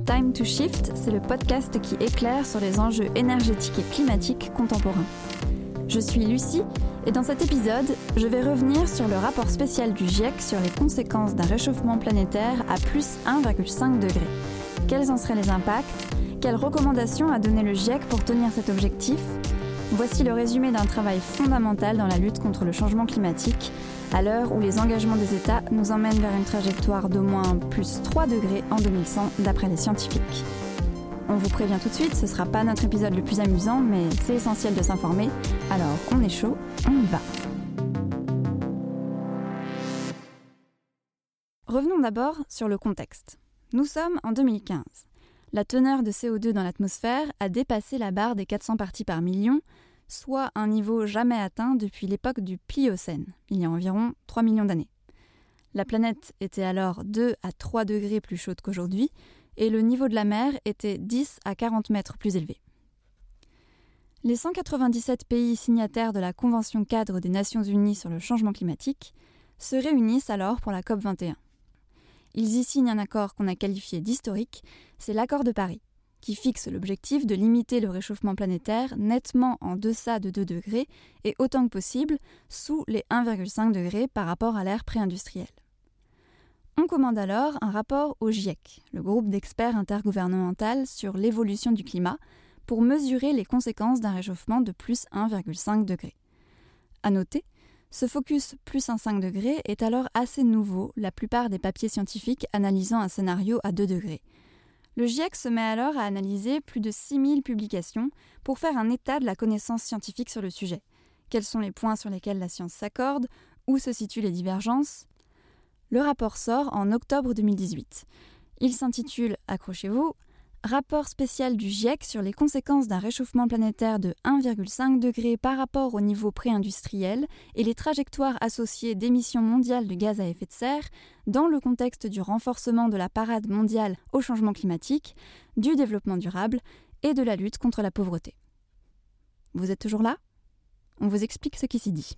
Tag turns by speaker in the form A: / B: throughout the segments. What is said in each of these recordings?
A: Time to Shift, c'est le podcast qui éclaire sur les enjeux énergétiques et climatiques contemporains. Je suis Lucie et dans cet épisode, je vais revenir sur le rapport spécial du GIEC sur les conséquences d'un réchauffement planétaire à plus 1,5 degré. Quels en seraient les impacts ? Quelles recommandations a donné le GIEC pour tenir cet objectif ? Voici le résumé d'un travail fondamental dans la lutte contre le changement climatique, à l'heure où les engagements des États nous emmènent vers une trajectoire d'au moins plus 3 degrés en 2100 d'après les scientifiques. On vous prévient tout de suite, ce ne sera pas notre épisode le plus amusant, mais c'est essentiel de s'informer. Alors, on est chaud, on y va. Revenons d'abord sur le contexte. Nous sommes en 2015. La teneur de CO2 dans l'atmosphère a dépassé la barre des 400 parties par million, soit un niveau jamais atteint depuis l'époque du Pliocène, il y a environ 3 millions d'années. La planète était alors 2 à 3 degrés plus chaude qu'aujourd'hui, et le niveau de la mer était 10 à 40 mètres plus élevé. Les 197 pays signataires de la Convention-cadre des Nations Unies sur le changement climatique se réunissent alors pour la COP21. Ils y signent un accord qu'on a qualifié d'historique, c'est l'accord de Paris, qui fixe l'objectif de limiter le réchauffement planétaire nettement en deçà de 2 degrés et autant que possible sous les 1,5 degrés par rapport à l'ère pré-industrielle. On commande alors un rapport au GIEC, le groupe d'experts intergouvernemental sur l'évolution du climat, pour mesurer les conséquences d'un réchauffement de plus 1,5 degré. À noter, ce focus plus 1,5 degré est alors assez nouveau, la plupart des papiers scientifiques analysant un scénario à 2 degrés. Le GIEC se met alors à analyser plus de 6000 publications pour faire un état de la connaissance scientifique sur le sujet. Quels sont les points sur lesquels la science s'accorde ? Où se situent les divergences ? Le rapport sort en octobre 2018. Il s'intitule, accrochez-vous, Rapport spécial du GIEC sur les conséquences d'un réchauffement planétaire de 1,5 degré par rapport au niveau pré-industriel et les trajectoires associées d'émissions mondiales de gaz à effet de serre dans le contexte du renforcement de la parade mondiale au changement climatique, du développement durable et de la lutte contre la pauvreté. Vous êtes toujours là ? On vous explique ce qui s'y dit.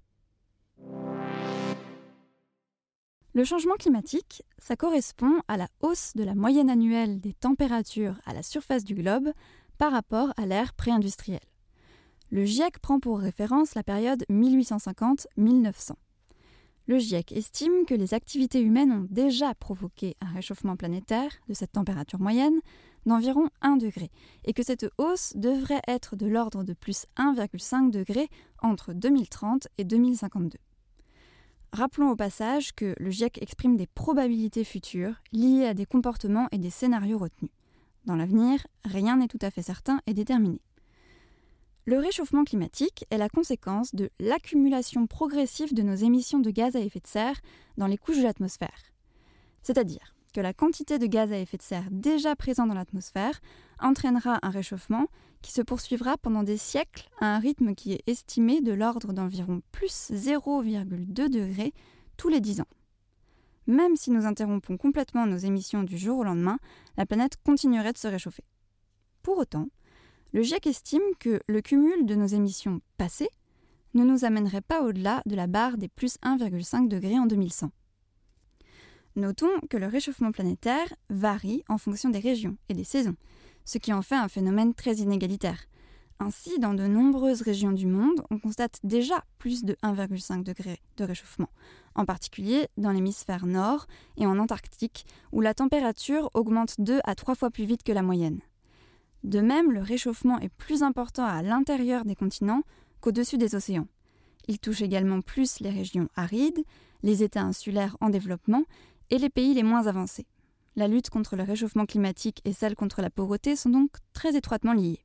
A: Le changement climatique, ça correspond à la hausse de la moyenne annuelle des températures à la surface du globe par rapport à l'ère pré-industrielle. Le GIEC prend pour référence la période 1850-1900. Le GIEC estime que les activités humaines ont déjà provoqué un réchauffement planétaire de cette température moyenne d'environ 1 degré et que cette hausse devrait être de l'ordre de plus 1,5 degré entre 2030 et 2052. Rappelons au passage que le GIEC exprime des probabilités futures liées à des comportements et des scénarios retenus. Dans l'avenir, rien n'est tout à fait certain et déterminé. Le réchauffement climatique est la conséquence de l'accumulation progressive de nos émissions de gaz à effet de serre dans les couches de l'atmosphère. C'est-à-dire que la quantité de gaz à effet de serre déjà présent dans l'atmosphère entraînera un réchauffement qui se poursuivra pendant des siècles à un rythme qui est estimé de l'ordre d'environ plus 0,2 degrés tous les 10 ans. Même si nous interrompons complètement nos émissions du jour au lendemain, la planète continuerait de se réchauffer. Pour autant, le GIEC estime que le cumul de nos émissions passées ne nous amènerait pas au-delà de la barre des plus 1,5 degrés en 2100. Notons que le réchauffement planétaire varie en fonction des régions et des saisons, ce qui en fait un phénomène très inégalitaire. Ainsi, dans de nombreuses régions du monde, on constate déjà plus de 1,5 degré de réchauffement, en particulier dans l'hémisphère nord et en Antarctique, où la température augmente 2 à 3 fois plus vite que la moyenne. De même, le réchauffement est plus important à l'intérieur des continents qu'au-dessus des océans. Il touche également plus les régions arides, les États insulaires en développement et les pays les moins avancés. La lutte contre le réchauffement climatique et celle contre la pauvreté sont donc très étroitement liées.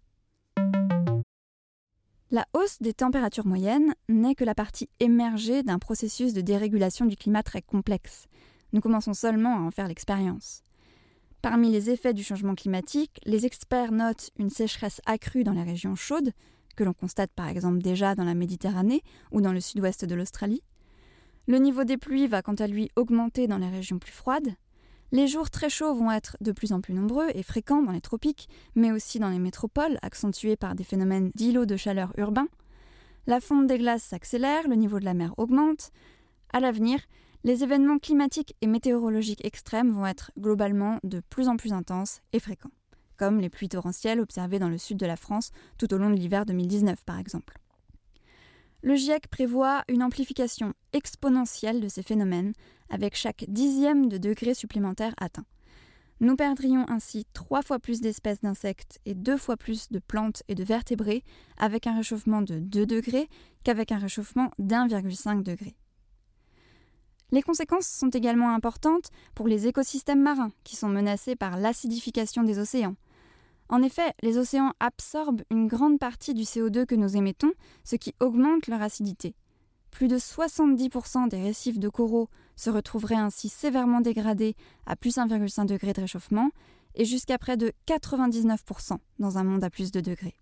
A: La hausse des températures moyennes n'est que la partie émergée d'un processus de dérégulation du climat très complexe. Nous commençons seulement à en faire l'expérience. Parmi les effets du changement climatique, les experts notent une sécheresse accrue dans les régions chaudes, que l'on constate par exemple déjà dans la Méditerranée ou dans le sud-ouest de l'Australie. Le niveau des pluies va quant à lui augmenter dans les régions plus froides. Les jours très chauds vont être de plus en plus nombreux et fréquents dans les tropiques, mais aussi dans les métropoles, accentués par des phénomènes d'îlots de chaleur urbains. La fonte des glaces s'accélère, le niveau de la mer augmente. À l'avenir, Les événements climatiques et météorologiques extrêmes vont être globalement de plus en plus intenses et fréquents, comme les pluies torrentielles observées dans le sud de la France tout au long de l'hiver 2019 par exemple. Le GIEC prévoit une amplification exponentielle de ces phénomènes avec chaque dixième de degré supplémentaire atteint. Nous perdrions ainsi 3 fois plus d'espèces d'insectes et 2 fois plus de plantes et de vertébrés avec un réchauffement de 2 degrés qu'avec un réchauffement d'1,5 degré. Les conséquences sont également importantes pour les écosystèmes marins qui sont menacés par l'acidification des océans. En effet, les océans absorbent une grande partie du CO2 que nous émettons, ce qui augmente leur acidité. Plus de 70% des récifs de coraux se retrouveraient ainsi sévèrement dégradés à plus 1,5 degré de réchauffement et jusqu'à près de 99% dans un monde à plus de degrés.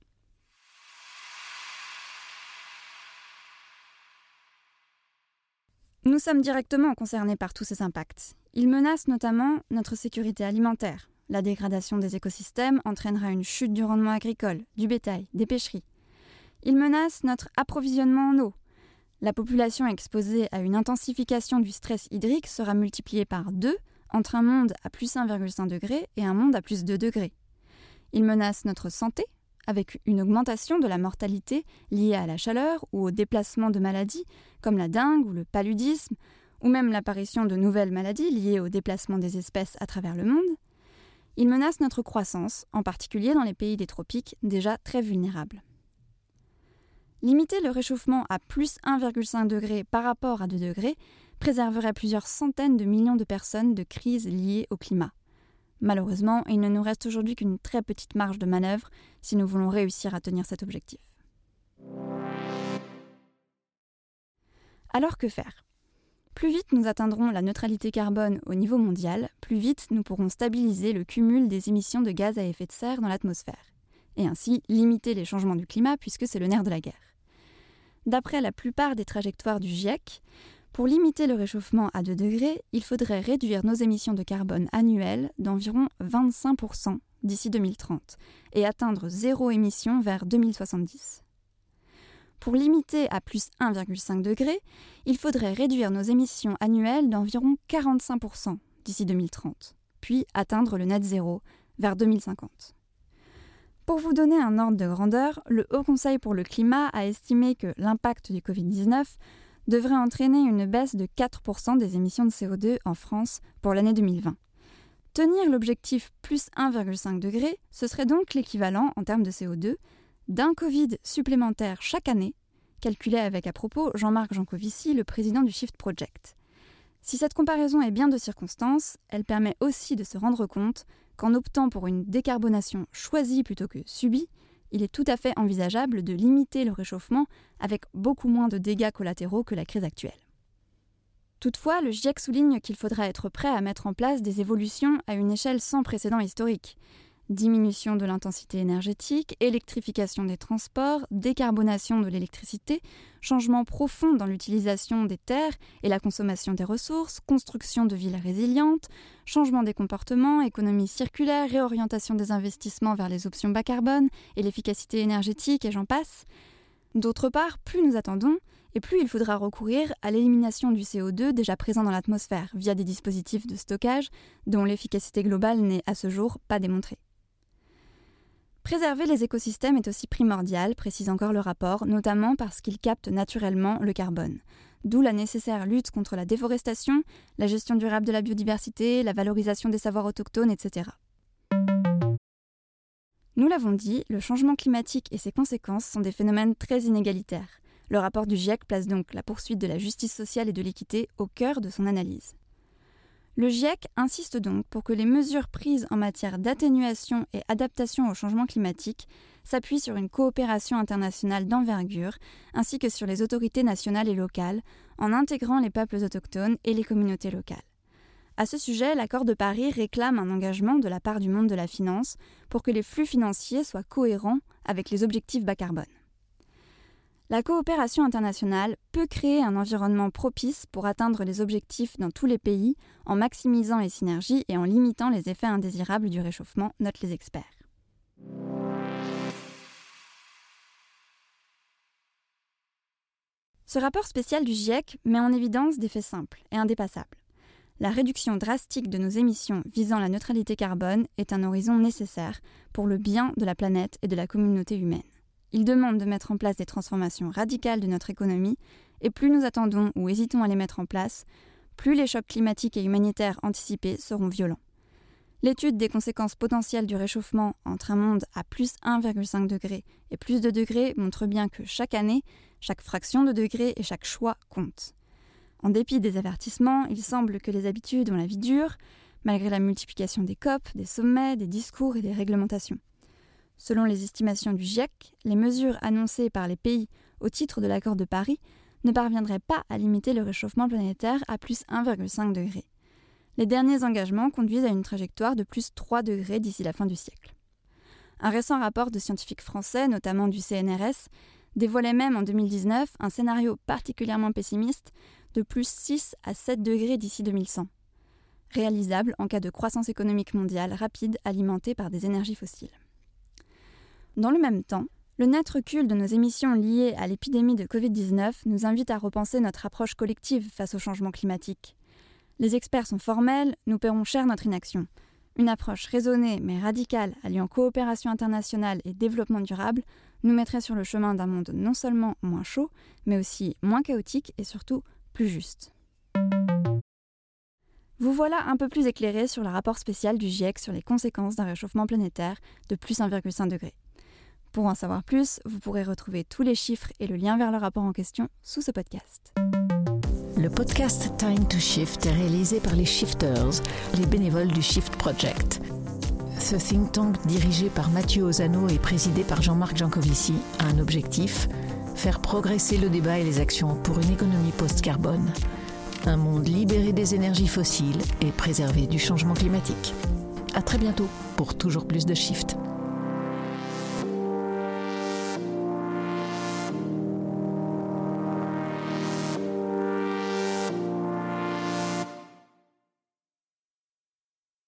A: Nous sommes directement concernés par tous ces impacts. Ils menacent notamment notre sécurité alimentaire. La dégradation des écosystèmes entraînera une chute du rendement agricole, du bétail, des pêcheries. Ils menacent notre approvisionnement en eau. La population exposée à une intensification du stress hydrique sera multipliée par 2 entre un monde à plus 1,5 degré et un monde à plus 2 degrés. Ils menacent notre santé, avec une augmentation de la mortalité liée à la chaleur ou au déplacement de maladies comme la dengue ou le paludisme, ou même l'apparition de nouvelles maladies liées au déplacement des espèces à travers le monde. Ils menacent notre croissance, en particulier dans les pays des tropiques déjà très vulnérables. Limiter le réchauffement à plus 1,5 degré par rapport à 2 degrés préserverait plusieurs centaines de millions de personnes de crises liées au climat. Malheureusement, il ne nous reste aujourd'hui qu'une très petite marge de manœuvre si nous voulons réussir à tenir cet objectif. Alors que faire ? Plus vite nous atteindrons la neutralité carbone au niveau mondial, plus vite nous pourrons stabiliser le cumul des émissions de gaz à effet de serre dans l'atmosphère, et ainsi limiter les changements du climat puisque c'est le nerf de la guerre. D'après la plupart des trajectoires du GIEC, pour limiter le réchauffement à 2 degrés, il faudrait réduire nos émissions de carbone annuelles d'environ 25% d'ici 2030 et atteindre zéro émission vers 2070. Pour limiter à plus 1,5 degré, il faudrait réduire nos émissions annuelles d'environ 45% d'ici 2030, puis atteindre le net zéro vers 2050. Pour vous donner un ordre de grandeur, le Haut Conseil pour le climat a estimé que l'impact du Covid-19 devrait entraîner une baisse de 4% des émissions de CO2 en France pour l'année 2020. Tenir l'objectif plus 1,5 degré, ce serait donc l'équivalent, en termes de CO2, d'un Covid supplémentaire chaque année, calculé avec à propos Jean-Marc Jancovici, le président du Shift Project. Si cette comparaison est bien de circonstance, elle permet aussi de se rendre compte qu'en optant pour une décarbonation choisie plutôt que subie, il est tout à fait envisageable de limiter le réchauffement avec beaucoup moins de dégâts collatéraux que la crise actuelle. Toutefois, le GIEC souligne qu'il faudra être prêt à mettre en place des évolutions à une échelle sans précédent historique. Diminution de l'intensité énergétique, électrification des transports, décarbonation de l'électricité, changement profond dans l'utilisation des terres et la consommation des ressources, construction de villes résilientes, changement des comportements, économie circulaire, réorientation des investissements vers les options bas carbone et l'efficacité énergétique et j'en passe. D'autre part, plus nous attendons, et plus il faudra recourir à l'élimination du CO2 déjà présent dans l'atmosphère via des dispositifs de stockage dont l'efficacité globale n'est à ce jour pas démontrée. Préserver les écosystèmes est aussi primordial, précise encore le rapport, notamment parce qu'ils captent naturellement le carbone. D'où la nécessaire lutte contre la déforestation, la gestion durable de la biodiversité, la valorisation des savoirs autochtones, etc. Nous l'avons dit, le changement climatique et ses conséquences sont des phénomènes très inégalitaires. Le rapport du GIEC place donc la poursuite de la justice sociale et de l'équité au cœur de son analyse. Le GIEC insiste donc pour que les mesures prises en matière d'atténuation et adaptation au changement climatique s'appuient sur une coopération internationale d'envergure, ainsi que sur les autorités nationales et locales, en intégrant les peuples autochtones et les communautés locales. À ce sujet, l'accord de Paris réclame un engagement de la part du monde de la finance pour que les flux financiers soient cohérents avec les objectifs bas carbone. La coopération internationale peut créer un environnement propice pour atteindre les objectifs dans tous les pays en maximisant les synergies et en limitant les effets indésirables du réchauffement, notent les experts. Ce rapport spécial du GIEC met en évidence des faits simples et indépassables. La réduction drastique de nos émissions visant la neutralité carbone est un horizon nécessaire pour le bien de la planète et de la communauté humaine. Il demande de mettre en place des transformations radicales de notre économie, et plus nous attendons ou hésitons à les mettre en place, plus les chocs climatiques et humanitaires anticipés seront violents. L'étude des conséquences potentielles du réchauffement entre un monde à plus 1,5 degré et plus de degrés montre bien que chaque année, chaque fraction de degré et chaque choix compte. En dépit des avertissements, il semble que les habitudes ont la vie dure, malgré la multiplication des COP, des sommets, des discours et des réglementations. Selon les estimations du GIEC, les mesures annoncées par les pays au titre de l'accord de Paris ne parviendraient pas à limiter le réchauffement planétaire à plus 1,5 degré. Les derniers engagements conduisent à une trajectoire de plus 3 degrés d'ici la fin du siècle. Un récent rapport de scientifiques français, notamment du CNRS, dévoilait même en 2019 un scénario particulièrement pessimiste de plus 6 à 7 degrés d'ici 2100, réalisable en cas de croissance économique mondiale rapide alimentée par des énergies fossiles. Dans le même temps, le net recul de nos émissions liées à l'épidémie de Covid-19 nous invite à repenser notre approche collective face au changement climatique. Les experts sont formels, nous paierons cher notre inaction. Une approche raisonnée mais radicale alliant coopération internationale et développement durable nous mettrait sur le chemin d'un monde non seulement moins chaud, mais aussi moins chaotique et surtout plus juste. Vous voilà un peu plus éclairé sur le rapport spécial du GIEC sur les conséquences d'un réchauffement planétaire de plus 1,5 degré. Pour en savoir plus, vous pourrez retrouver tous les chiffres et le lien vers le rapport en question sous ce podcast.
B: Le podcast Time to Shift est réalisé par les Shifters, les bénévoles du Shift Project. Ce think tank dirigé par Mathieu Ozano et présidé par Jean-Marc Jancovici a un objectif, faire progresser le débat et les actions pour une économie post-carbone, un monde libéré des énergies fossiles et préservé du changement climatique. À très bientôt pour toujours plus de Shift.